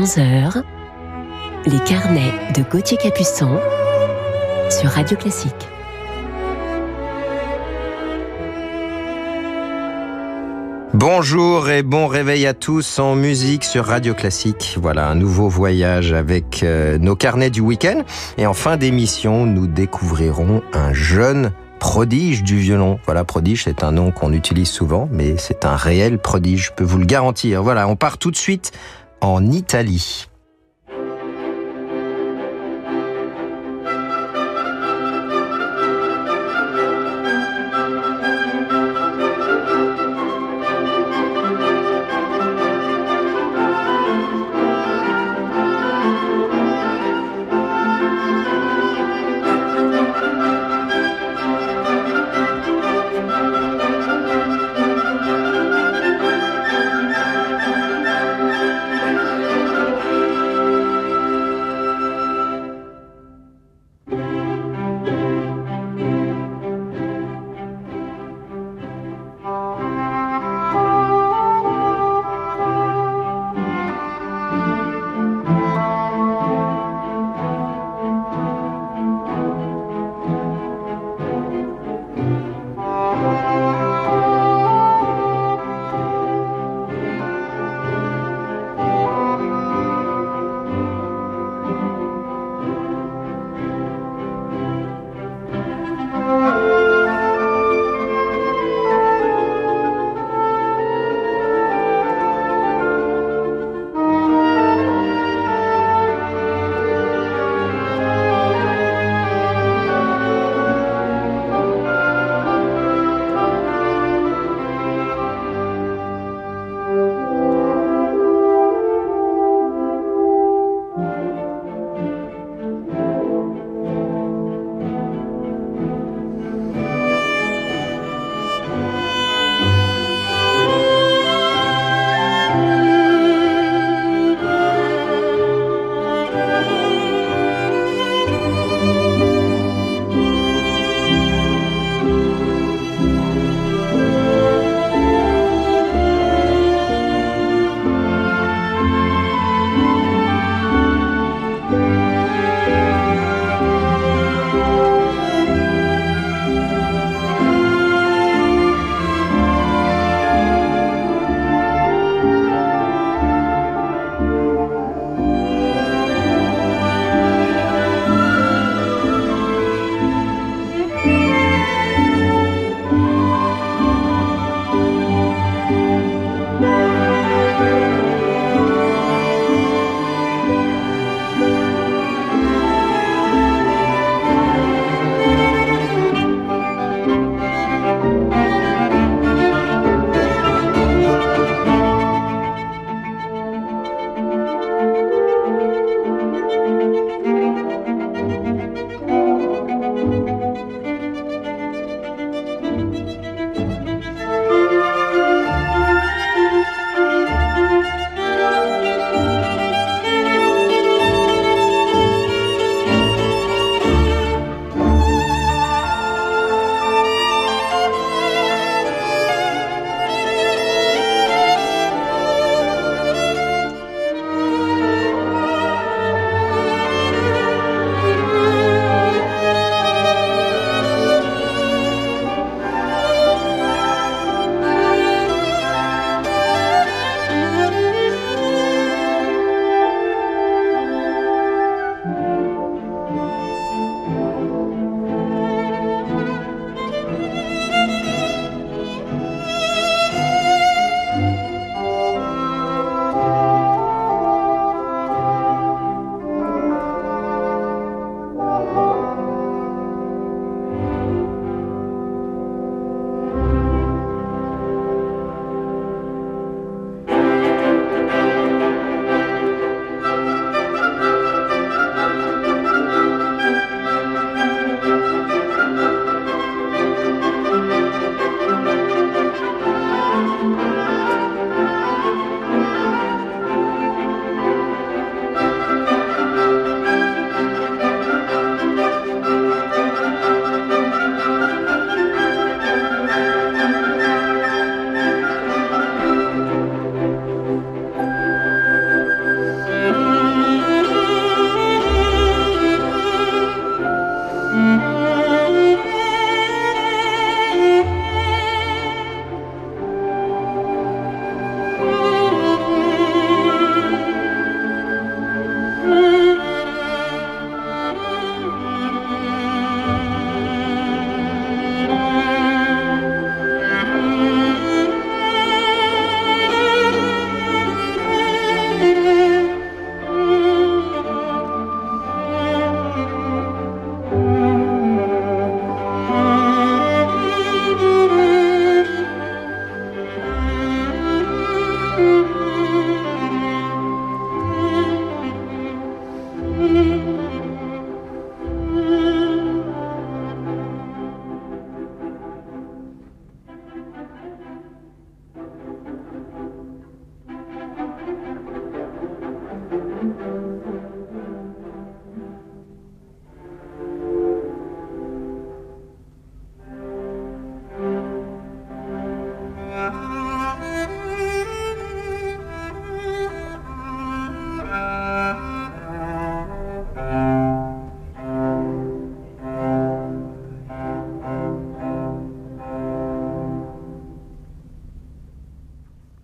11h, les carnets de Gauthier Capuçon sur Radio Classique. Bonjour et bon réveil à tous en musique sur Radio Classique. Voilà un nouveau voyage avec nos carnets du week-end. Et en fin d'émission, nous découvrirons un jeune prodige du violon. Voilà, prodige, c'est un nom qu'on utilise souvent, mais c'est un réel prodige, je peux vous le garantir. Voilà, on part tout de suite en Italie.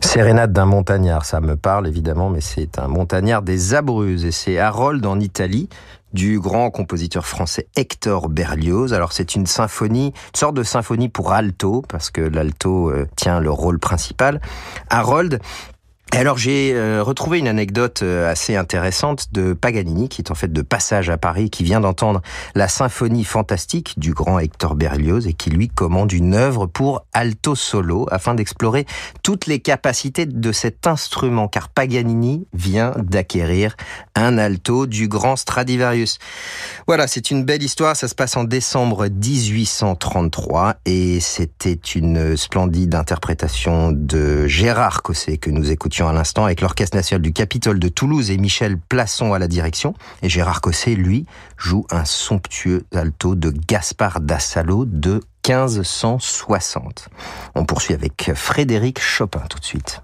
Sérénade d'un montagnard, ça me parle évidemment, mais c'est un montagnard des Abruzzes et c'est Harold en Italie, du grand compositeur français Hector Berlioz. Alors c'est une symphonie, une sorte de symphonie pour alto, parce que l'alto tient le rôle principal. Harold. Alors j'ai retrouvé une anecdote assez intéressante de Paganini, qui est en fait de passage à Paris, qui vient d'entendre la symphonie fantastique du grand Hector Berlioz et qui lui commande une œuvre pour alto solo afin d'explorer toutes les capacités de cet instrument, car Paganini vient d'acquérir un alto du grand Stradivarius. Voilà, c'est une belle histoire, ça se passe en décembre 1833 et c'était une splendide interprétation de Gérard Cosset que nous écoutions à l'instant avec l'Orchestre national du Capitole de Toulouse et Michel Plasson à la direction. Et Gérard Cosset, lui, joue un somptueux alto de Gaspard Dassalo de 1560. On poursuit avec Frédéric Chopin tout de suite.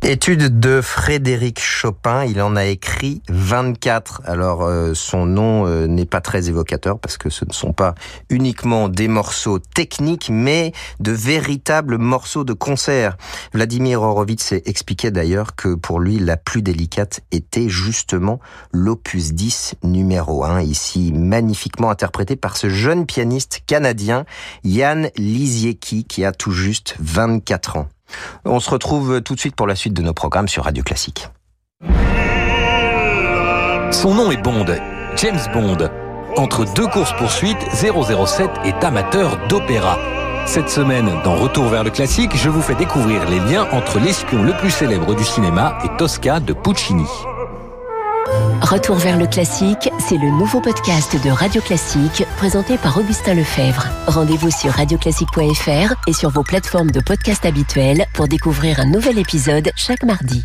Étude de Frédéric Chopin, il en a écrit 24. Alors son nom n'est pas très évocateur parce que ce ne sont pas uniquement des morceaux techniques mais de véritables morceaux de concert. Vladimir Horowitz expliquait d'ailleurs que pour lui la plus délicate était justement l'opus 10 numéro 1, ici magnifiquement interprété par ce jeune pianiste canadien Jan Lisiecki qui a tout juste 24 ans. On se retrouve tout de suite pour la suite de nos programmes sur Radio Classique. Son nom est Bond, James Bond. Entre deux courses-poursuites, 007 est amateur d'opéra. Cette semaine, dans Retour vers le classique, je vous fais découvrir les liens entre l'espion le plus célèbre du cinéma et Tosca de Puccini. Retour vers le classique, c'est le nouveau podcast de Radio Classique présenté par Augustin Lefebvre. Rendez-vous sur radioclassique.fr et sur vos plateformes de podcast habituelles pour découvrir un nouvel épisode chaque mardi.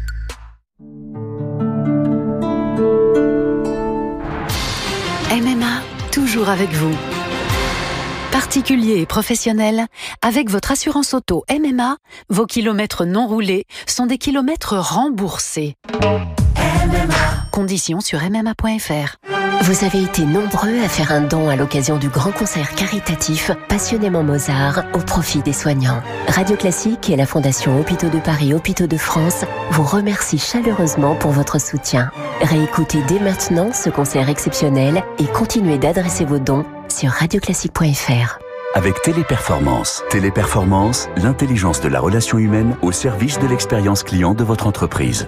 MMA, toujours avec vous. Particuliers et professionnels, avec votre assurance auto MMA, vos kilomètres non roulés sont des kilomètres remboursés. MMA. Conditions sur MMA.fr. Vous avez été nombreux à faire un don à l'occasion du grand concert caritatif Passionnément Mozart au profit des soignants. Radio Classique et la Fondation Hôpitaux de Paris Hôpitaux de France vous remercient chaleureusement pour votre soutien. Réécoutez dès maintenant ce concert exceptionnel et continuez d'adresser vos dons sur radioclassique.fr. Avec Téléperformance. Téléperformance, l'intelligence de la relation humaine au service de l'expérience client de votre entreprise.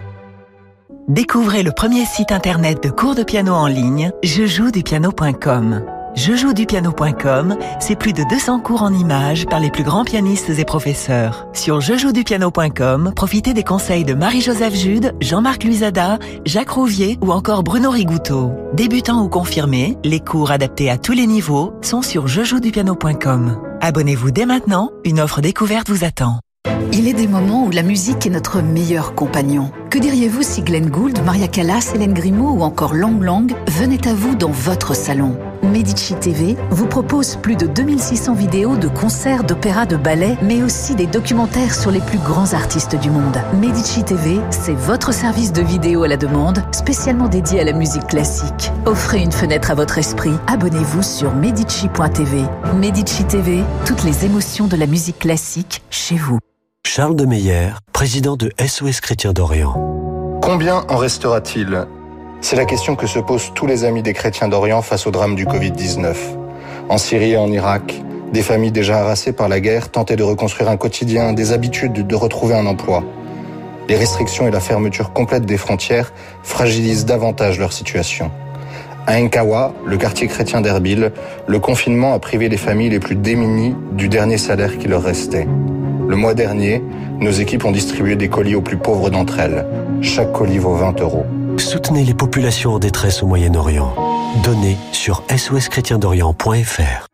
Découvrez le premier site internet de cours de piano en ligne, jejouedupiano.com. Jejouedupiano.com, c'est plus de 200 cours en images par les plus grands pianistes et professeurs. Sur jejouedupiano.com, profitez des conseils de Marie-Joseph Jude, Jean-Marc Luisada, Jacques Rouvier ou encore Bruno Rigouteau. Débutants ou confirmés, les cours adaptés à tous les niveaux sont sur jejouedupiano.com. Abonnez-vous dès maintenant, une offre découverte vous attend. Il est des moments où la musique est notre meilleur compagnon. Que diriez-vous si Glenn Gould, Maria Callas, Hélène Grimaud ou encore Lang Lang venaient à vous dans votre salon? Medici TV vous propose plus de 2600 vidéos de concerts, d'opéras, de ballets, mais aussi des documentaires sur les plus grands artistes du monde. Medici TV, c'est votre service de vidéo à la demande, spécialement dédié à la musique classique. Offrez une fenêtre à votre esprit. Abonnez-vous sur medici.tv. Medici TV, toutes les émotions de la musique classique chez vous. Charles de Meyer, président de SOS Chrétiens d'Orient. Combien en restera-t-il ? C'est la question que se posent tous les amis des chrétiens d'Orient face au drame du Covid-19. En Syrie et en Irak, des familles déjà harassées par la guerre tentaient de reconstruire un quotidien, des habitudes, de retrouver un emploi. Les restrictions et la fermeture complète des frontières fragilisent davantage leur situation. À Nkawa, le quartier chrétien d'Erbil, le confinement a privé les familles les plus démunies du dernier salaire qui leur restait. Le mois dernier, nos équipes ont distribué des colis aux plus pauvres d'entre elles. Chaque colis vaut 20 €. Soutenez les populations en détresse au Moyen-Orient. Donnez sur soschrétiendorient.fr.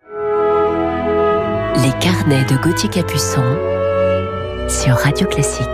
Les carnets de Gauthier Capuçon sur Radio Classique.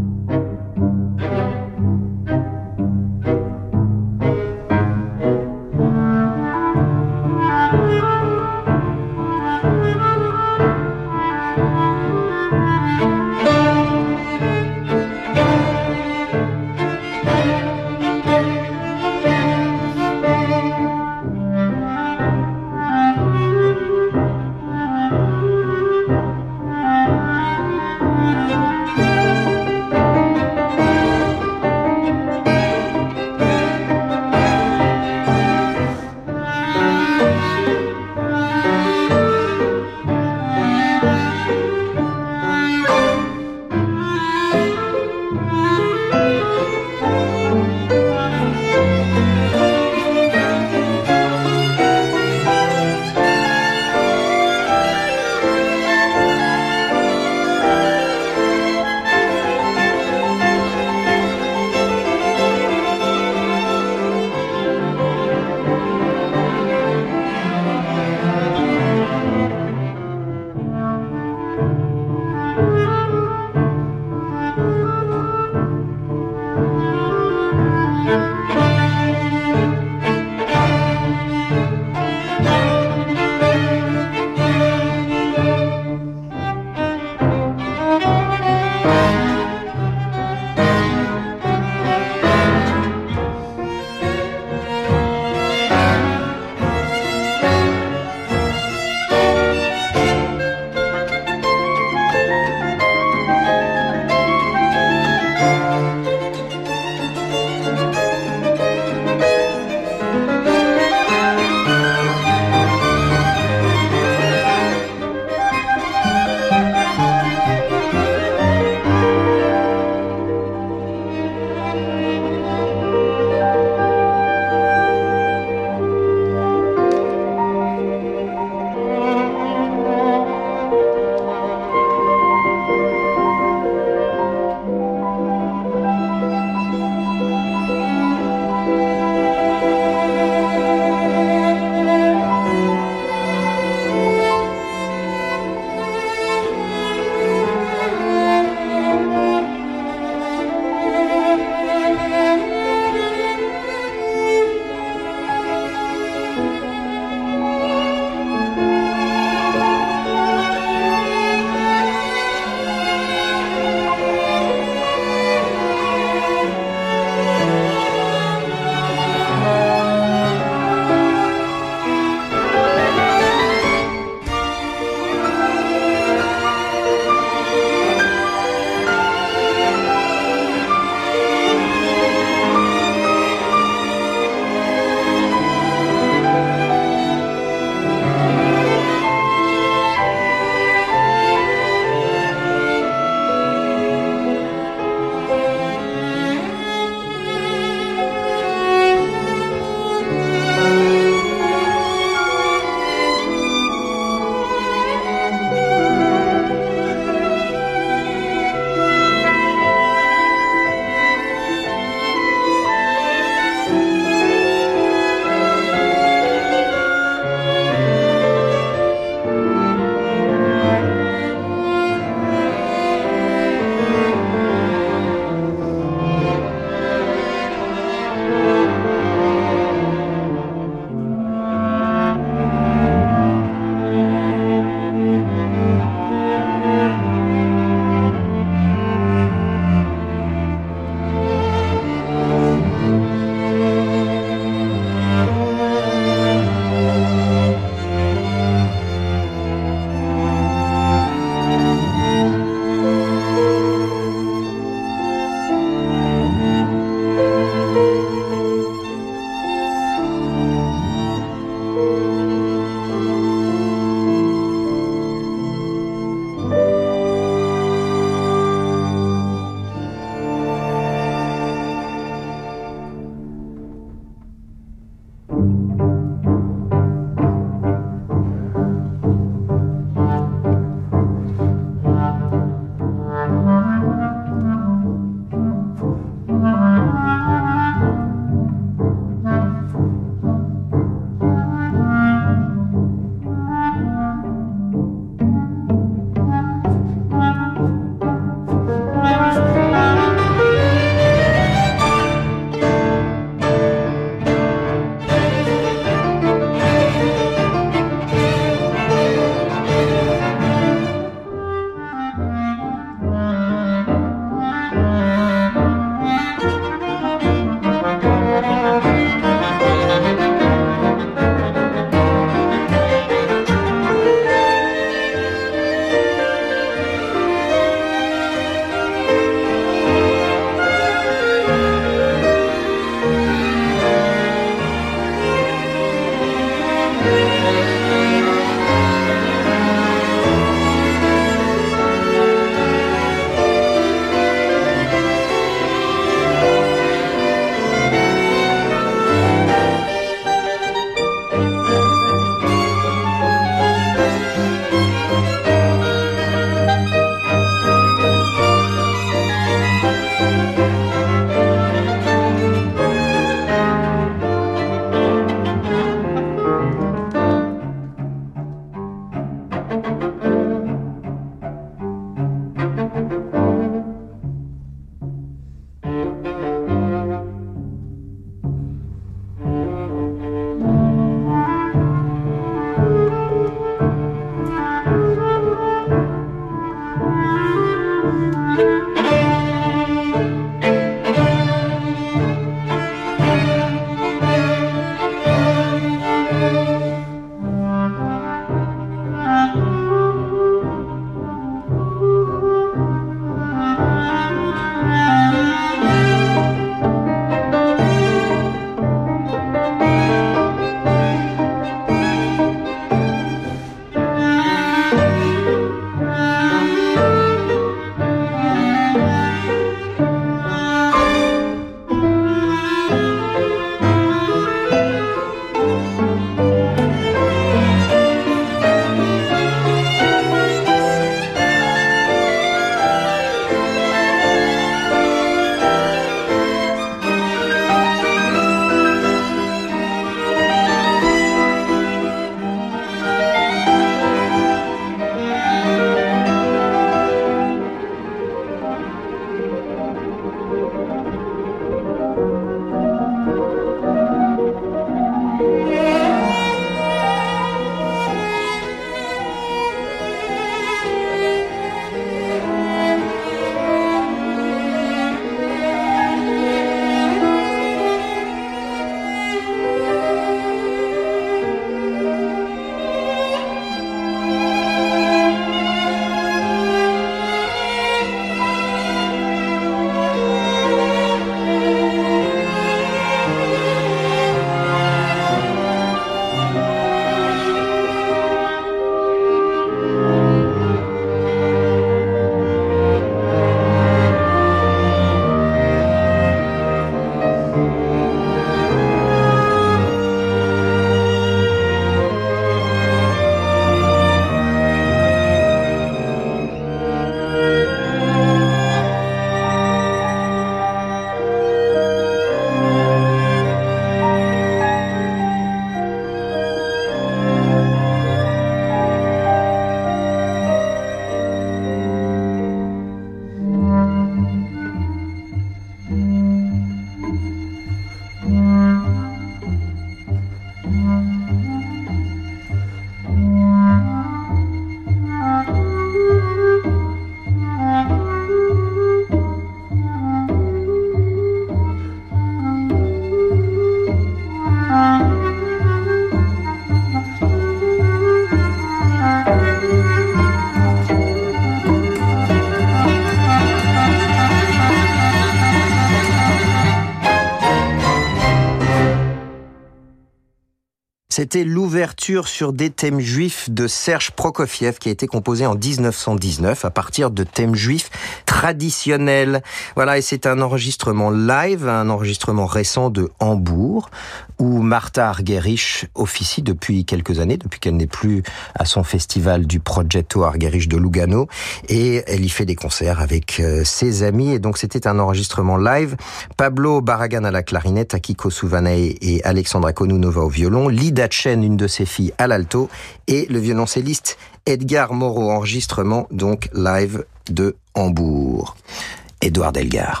C'était l'ouverture sur des thèmes juifs de Serge Prokofiev qui a été composé en 1919 à partir de thèmes juifs traditionnels. Voilà, et c'est un enregistrement live, un enregistrement récent de Hambourg où Martha Argerich officie depuis quelques années, depuis qu'elle n'est plus à son festival du Progetto Argerich de Lugano, et elle y fait des concerts avec ses amis, et donc c'était un enregistrement live. Pablo Barragan à la clarinette, Akiko Souvanae et Alexandra Konunova au violon, Lida Chen, une de ses filles, à l'alto, et le violoncelliste Edgar Moreau, enregistrement donc live de Hambourg. Édouard Delgar.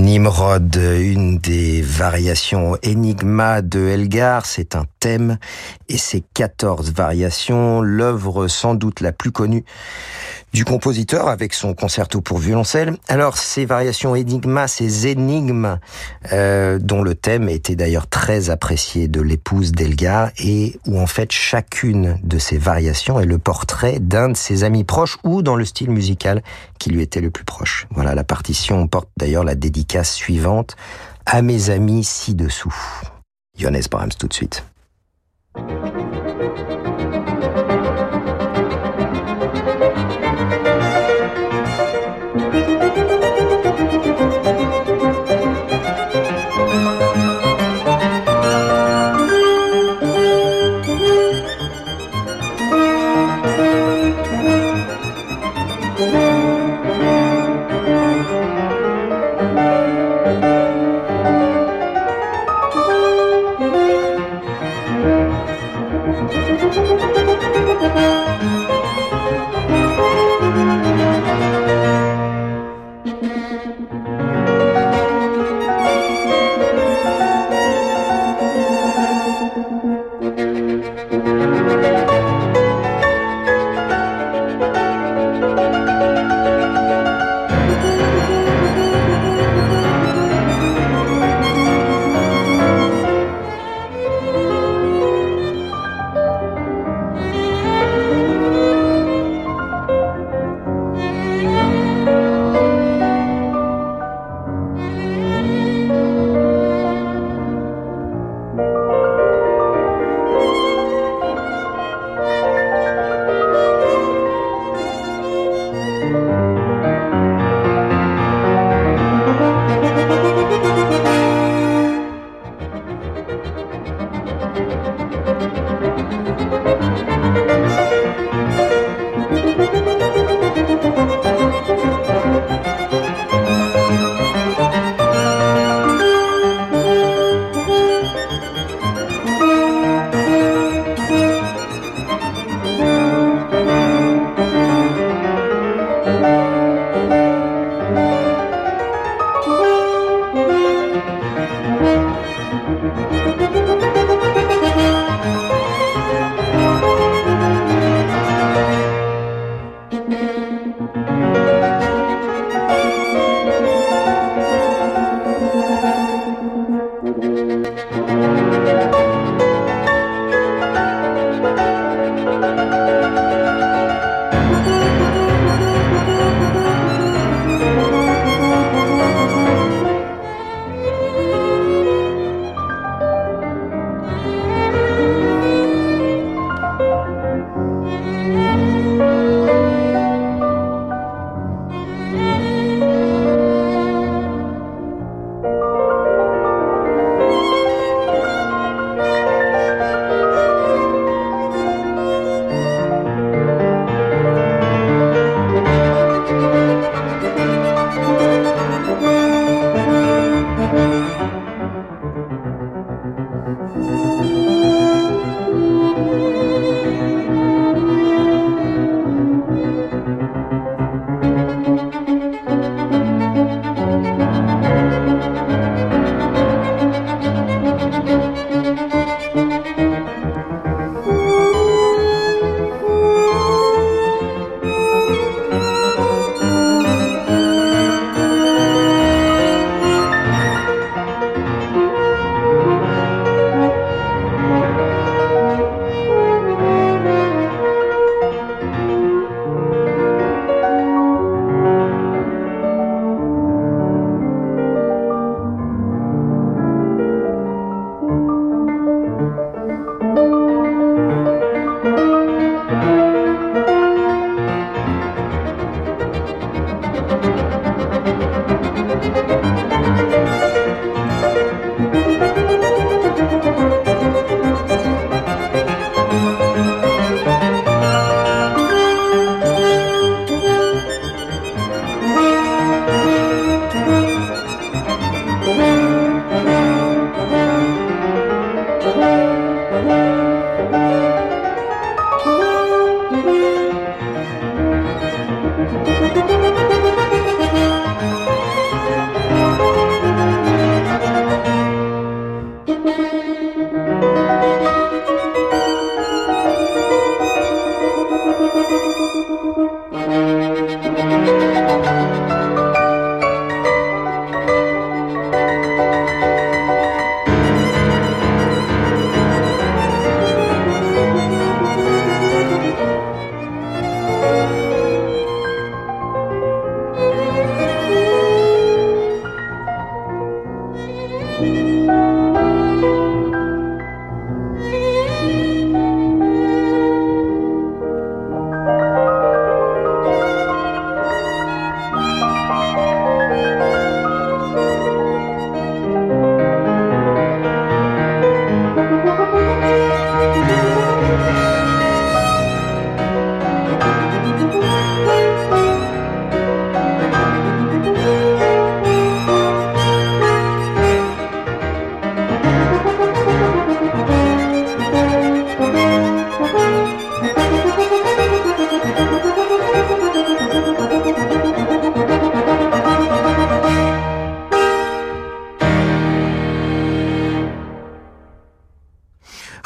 Nimrod, une des variations Enigma de Elgar, c'est un thème et ses 14 variations, l'œuvre sans doute la plus connue du compositeur avec son concerto pour violoncelle. Alors ces variations Enigma, ces énigmes dont le thème était d'ailleurs très apprécié de l'épouse d'Elgar et où en fait chacune de ces variations est le portrait d'un de ses amis proches ou dans le style musical qui lui était le plus proche. Voilà, la partition porte d'ailleurs la dédicace suivante à mes amis ci-dessous. Johannes Brahms tout de suite.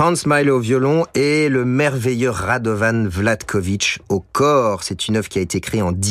Hans Smiley au violon et le merveilleux Radovan Vlatković au cor. C'est une œuvre qui a été créée en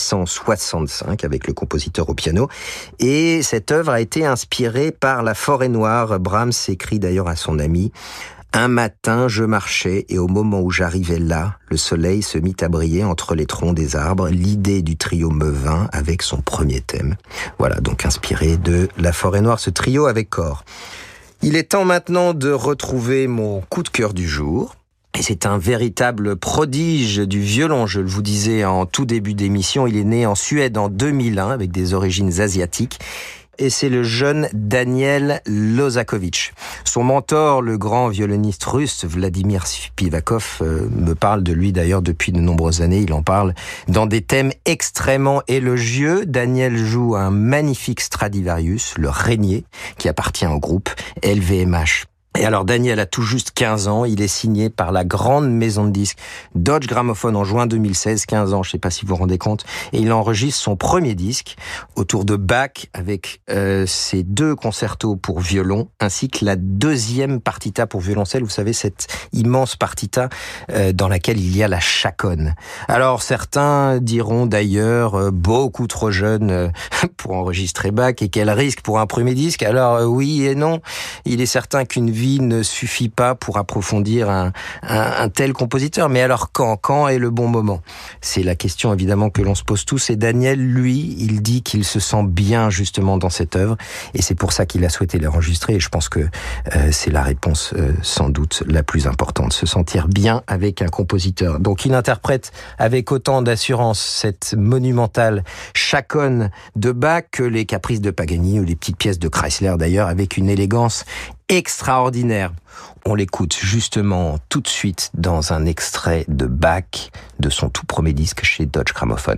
1865 avec le compositeur au piano. Et cette œuvre a été inspirée par la Forêt Noire. Brahms écrit d'ailleurs à son ami: un matin, je marchais et au moment où j'arrivais là, le soleil se mit à briller entre les troncs des arbres. L'idée du trio me vint avec son premier thème. Voilà, donc inspiré de la Forêt Noire, ce trio avec cor. Il est temps maintenant de retrouver mon coup de cœur du jour. Et c'est un véritable prodige du violon, je vous disais en tout début d'émission. Il est né en Suède en 2001 avec des origines asiatiques. Et c'est le jeune Daniel Lozakovitch. Son mentor, le grand violoniste russe Vladimir Spivakov, me parle de lui d'ailleurs depuis de nombreuses années. Il en parle dans des thèmes extrêmement élogieux. Daniel joue un magnifique Stradivarius, le Régnier, qui appartient au groupe LVMH. Et alors Daniel a tout juste 15 ans, il est signé par la grande maison de disques Deutsche Grammophon en juin 2016, 15 ans, je ne sais pas si vous vous rendez compte, et il enregistre son premier disque autour de Bach avec ses 2 concertos pour violon, ainsi que la 2e partita pour violoncelle, vous savez, cette immense partita dans laquelle il y a la chaconne. Alors certains diront d'ailleurs beaucoup trop jeune pour enregistrer Bach, et quel risque pour un premier disque. Alors oui et non, il est certain qu'une vie ne suffit pas pour approfondir un tel compositeur. Mais alors quand est le bon moment? C'est la question évidemment que l'on se pose tous. Et Daniel, lui, il dit qu'il se sent bien justement dans cette œuvre. Et c'est pour ça qu'il a souhaité l'enregistrer. Et je pense que c'est la réponse sans doute la plus importante. Se sentir bien avec un compositeur. Donc il interprète avec autant d'assurance cette monumentale chaconne de Bach que les caprices de Paganini ou les petites pièces de Kreisler d'ailleurs, avec une élégance extraordinaire. On l'écoute justement tout de suite dans un extrait de Bach de son tout premier disque chez Deutsche Grammophon.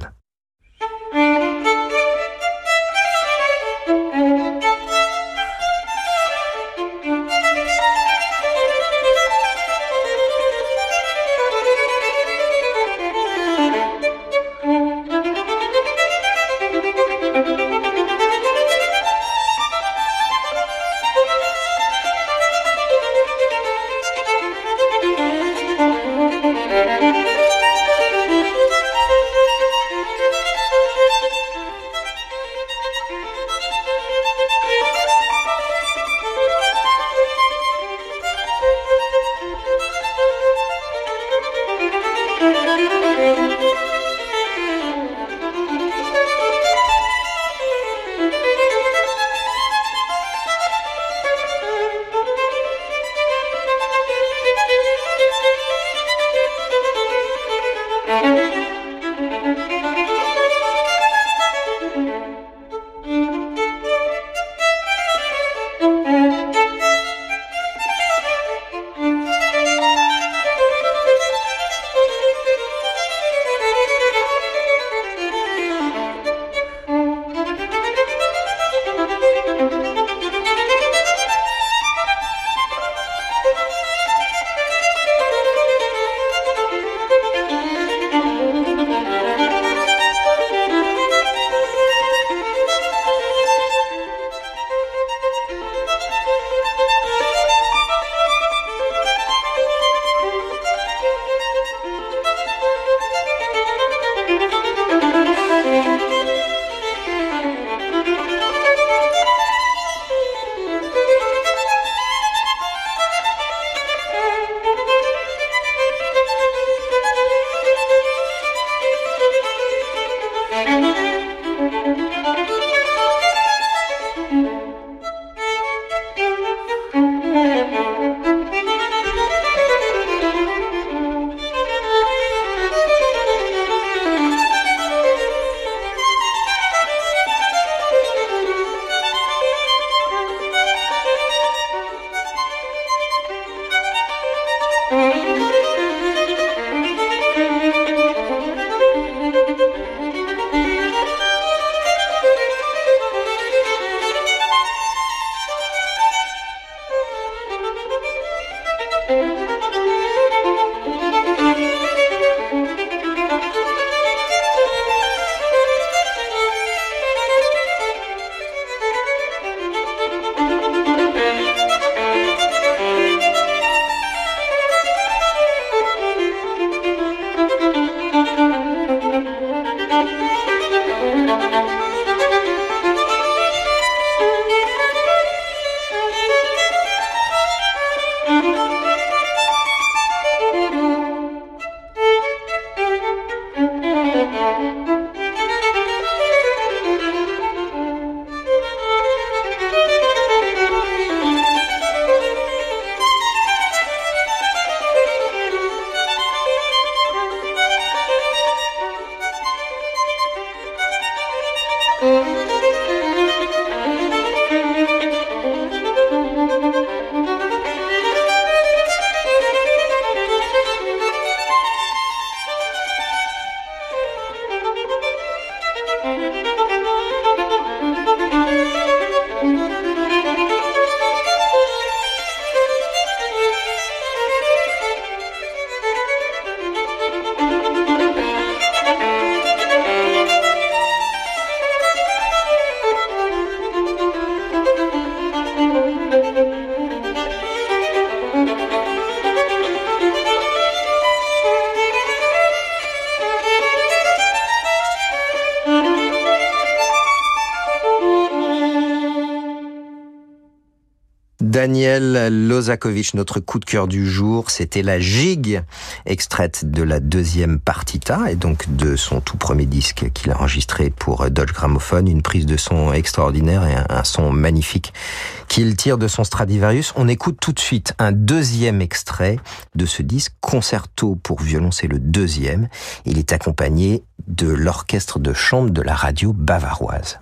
Daniel Lozakovich, notre coup de cœur du jour, c'était la gigue, extraite de la deuxième partita, et donc de son tout premier disque qu'il a enregistré pour Deutsche Grammophon, une prise de son extraordinaire et un son magnifique qu'il tire de son Stradivarius. On écoute tout de suite un deuxième extrait de ce disque, concerto pour violon, c'est le deuxième. Il est accompagné de l'orchestre de chambre de la radio bavaroise.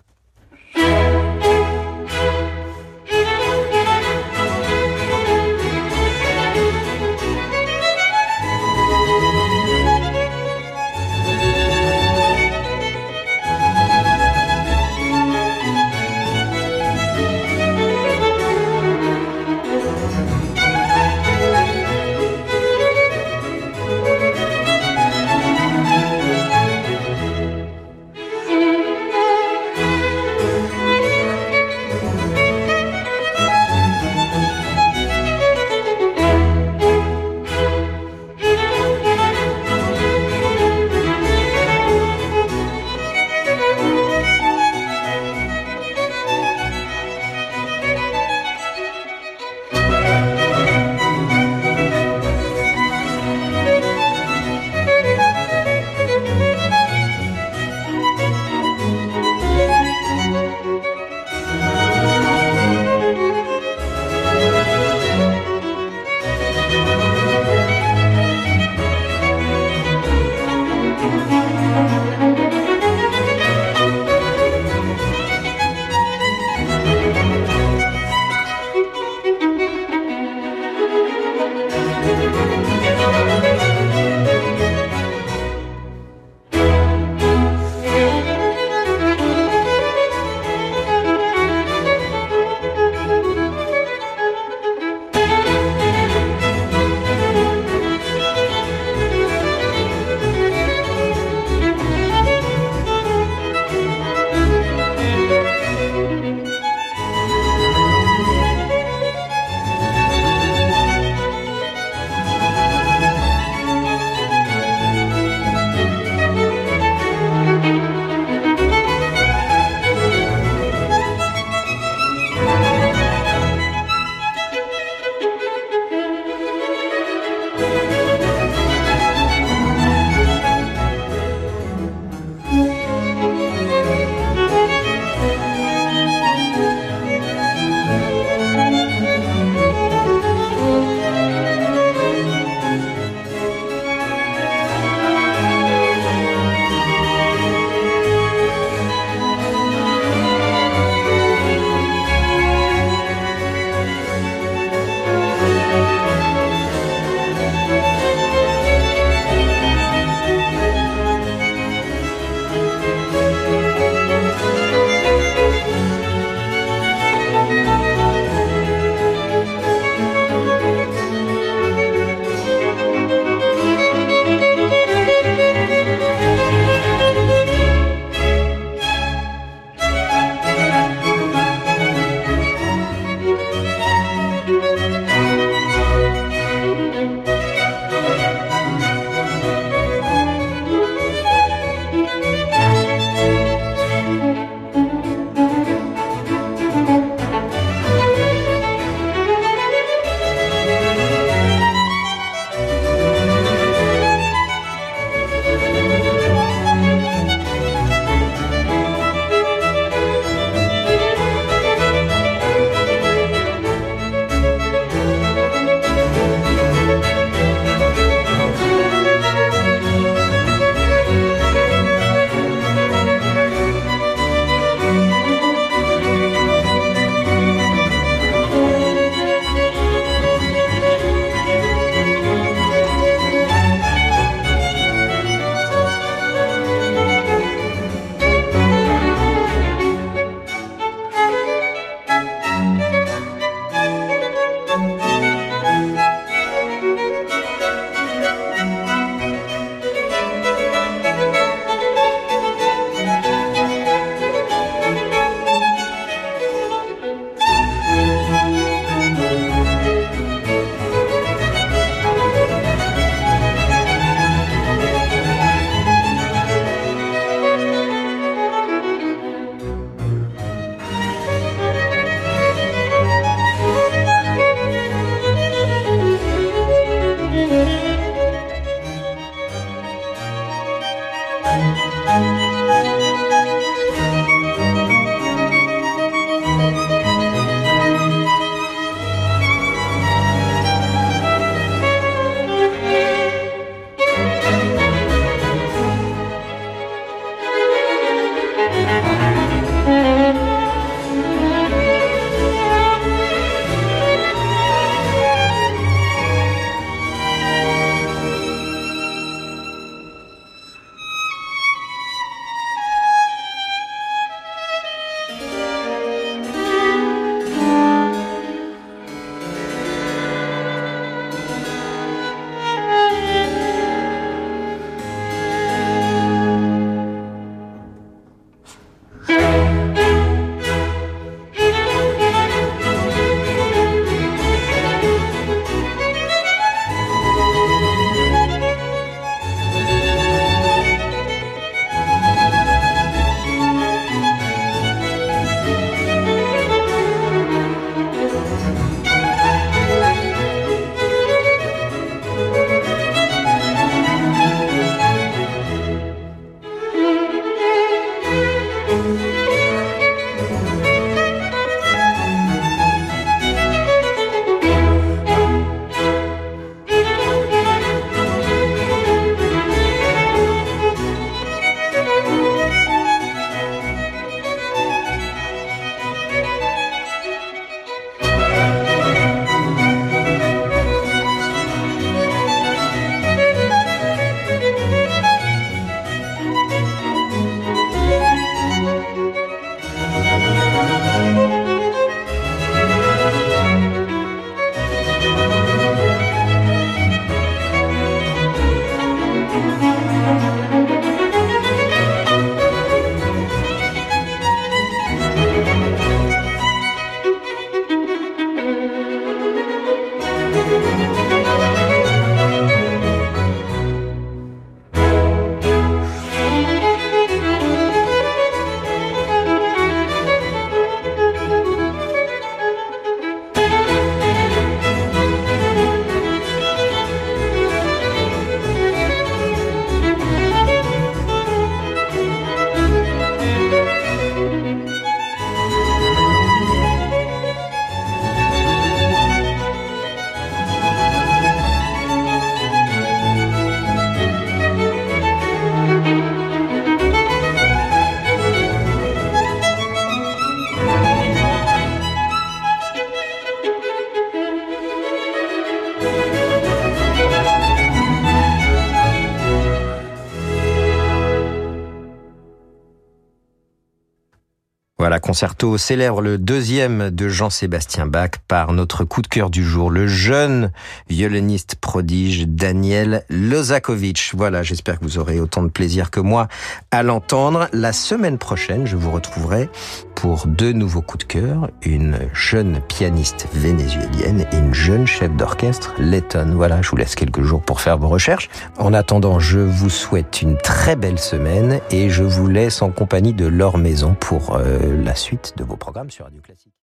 Voilà, Concerto célèbre le 2e de Jean-Sébastien Bach par notre coup de cœur du jour, le jeune violoniste prodige Daniel Lozakovich. Voilà, j'espère que vous aurez autant de plaisir que moi à l'entendre. La semaine prochaine, je vous retrouverai pour 2 nouveaux coups de cœur, une jeune pianiste vénézuélienne et une jeune chef d'orchestre lettonne. Voilà, je vous laisse quelques jours pour faire vos recherches. En attendant, je vous souhaite une très belle semaine et je vous laisse en compagnie de Laure Maison pour la suite de vos programmes sur Radio Classique.